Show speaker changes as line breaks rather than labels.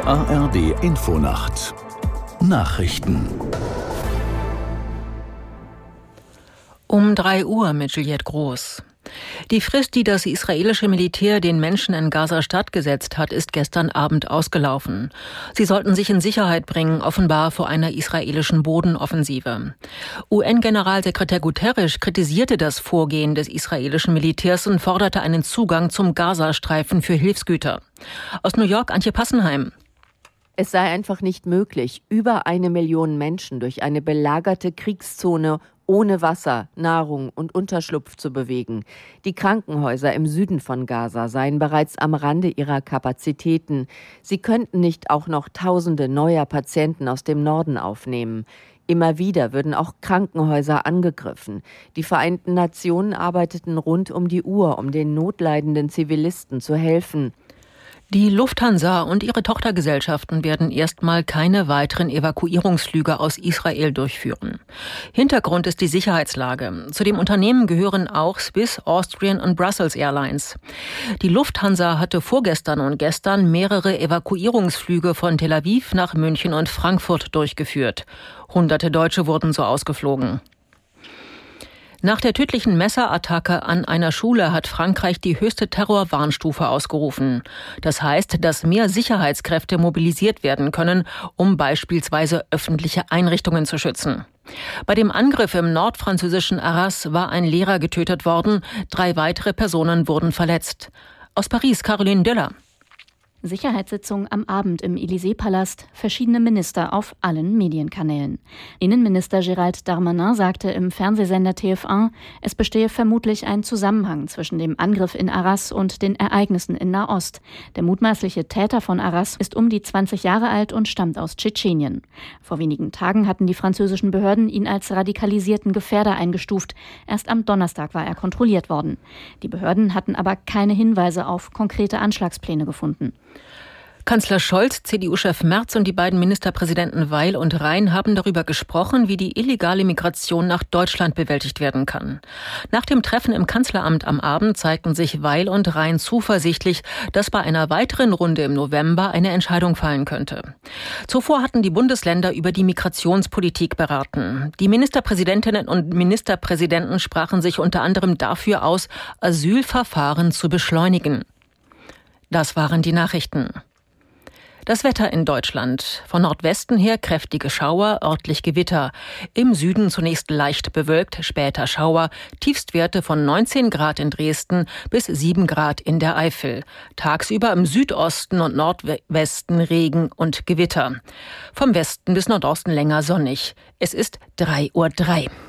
ARD Infonacht Nachrichten.
Um 3 Uhr mit Juliette Groß. Die Frist, die das israelische Militär den Menschen in Gaza-Stadt gesetzt hat, ist gestern Abend ausgelaufen. Sie sollten sich in Sicherheit bringen, offenbar vor einer israelischen Bodenoffensive. UN-Generalsekretär Guterres kritisierte das Vorgehen des israelischen Militärs und forderte einen Zugang zum Gazastreifen für Hilfsgüter. Aus New York, Antje Passenheim.
Es sei einfach nicht möglich, über 1 Million Menschen durch eine belagerte Kriegszone ohne Wasser, Nahrung und Unterschlupf zu bewegen. Die Krankenhäuser im Süden von Gaza seien bereits am Rande ihrer Kapazitäten. Sie könnten nicht auch noch Tausende neuer Patienten aus dem Norden aufnehmen. Immer wieder würden auch Krankenhäuser angegriffen. Die Vereinten Nationen arbeiteten rund um die Uhr, um den notleidenden Zivilisten zu helfen.
Die Lufthansa und ihre Tochtergesellschaften werden erstmal keine weiteren Evakuierungsflüge aus Israel durchführen. Hintergrund ist die Sicherheitslage. Zu dem Unternehmen gehören auch Swiss, Austrian und Brussels Airlines. Die Lufthansa hatte vorgestern und gestern mehrere Evakuierungsflüge von Tel Aviv nach München und Frankfurt durchgeführt. Hunderte Deutsche wurden so ausgeflogen. Nach der tödlichen Messerattacke an einer Schule hat Frankreich die höchste Terrorwarnstufe ausgerufen. Das heißt, dass mehr Sicherheitskräfte mobilisiert werden können, um beispielsweise öffentliche Einrichtungen zu schützen. Bei dem Angriff im nordfranzösischen Arras war ein Lehrer getötet worden, 3 weitere Personen wurden verletzt. Aus Paris, Caroline Döller.
Sicherheitssitzung am Abend im Élysée-Palast, verschiedene Minister auf allen Medienkanälen. Innenminister Gérald Darmanin sagte im Fernsehsender TF1, es bestehe vermutlich ein Zusammenhang zwischen dem Angriff in Arras und den Ereignissen in Nahost. Der mutmaßliche Täter von Arras ist um die 20 Jahre alt und stammt aus Tschetschenien. Vor wenigen Tagen hatten die französischen Behörden ihn als radikalisierten Gefährder eingestuft. Erst am Donnerstag war er kontrolliert worden. Die Behörden hatten aber keine Hinweise auf konkrete Anschlagspläne gefunden.
Kanzler Scholz, CDU-Chef Merz und die beiden Ministerpräsidenten Weil und Rhein haben darüber gesprochen, wie die illegale Migration nach Deutschland bewältigt werden kann. Nach dem Treffen im Kanzleramt am Abend zeigten sich Weil und Rhein zuversichtlich, dass bei einer weiteren Runde im November eine Entscheidung fallen könnte. Zuvor hatten die Bundesländer über die Migrationspolitik beraten. Die Ministerpräsidentinnen und Ministerpräsidenten sprachen sich unter anderem dafür aus, Asylverfahren zu beschleunigen. Das waren die Nachrichten. Das Wetter in Deutschland. Von Nordwesten her kräftige Schauer, örtlich Gewitter. Im Süden zunächst leicht bewölkt, später Schauer. Tiefstwerte von 19 Grad in Dresden bis 7 Grad in der Eifel. Tagsüber im Südosten und Nordwesten Regen und Gewitter. Vom Westen bis Nordosten länger sonnig. Es ist 3:03 Uhr.